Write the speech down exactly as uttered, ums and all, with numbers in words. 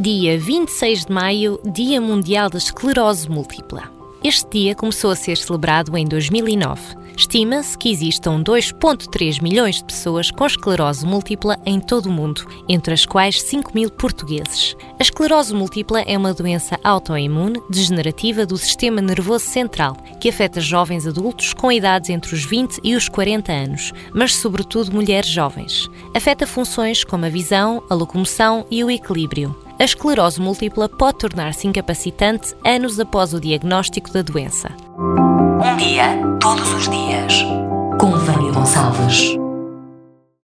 Dia vinte e seis de maio, Dia Mundial da Esclerose Múltipla. Este dia começou a ser celebrado em dois mil e nove. Estima-se que existam dois vírgula três milhões de pessoas com esclerose múltipla em todo o mundo, entre as quais cinco mil portugueses. A esclerose múltipla é uma doença autoimune degenerativa do sistema nervoso central, que afeta jovens adultos com idades entre os vinte e os quarenta anos, mas sobretudo mulheres jovens. Afeta funções como a visão, a locomoção e o equilíbrio. A esclerose múltipla pode tornar-se incapacitante anos após o diagnóstico da doença. Um dia, todos os dias. Com Vânia Gonçalves.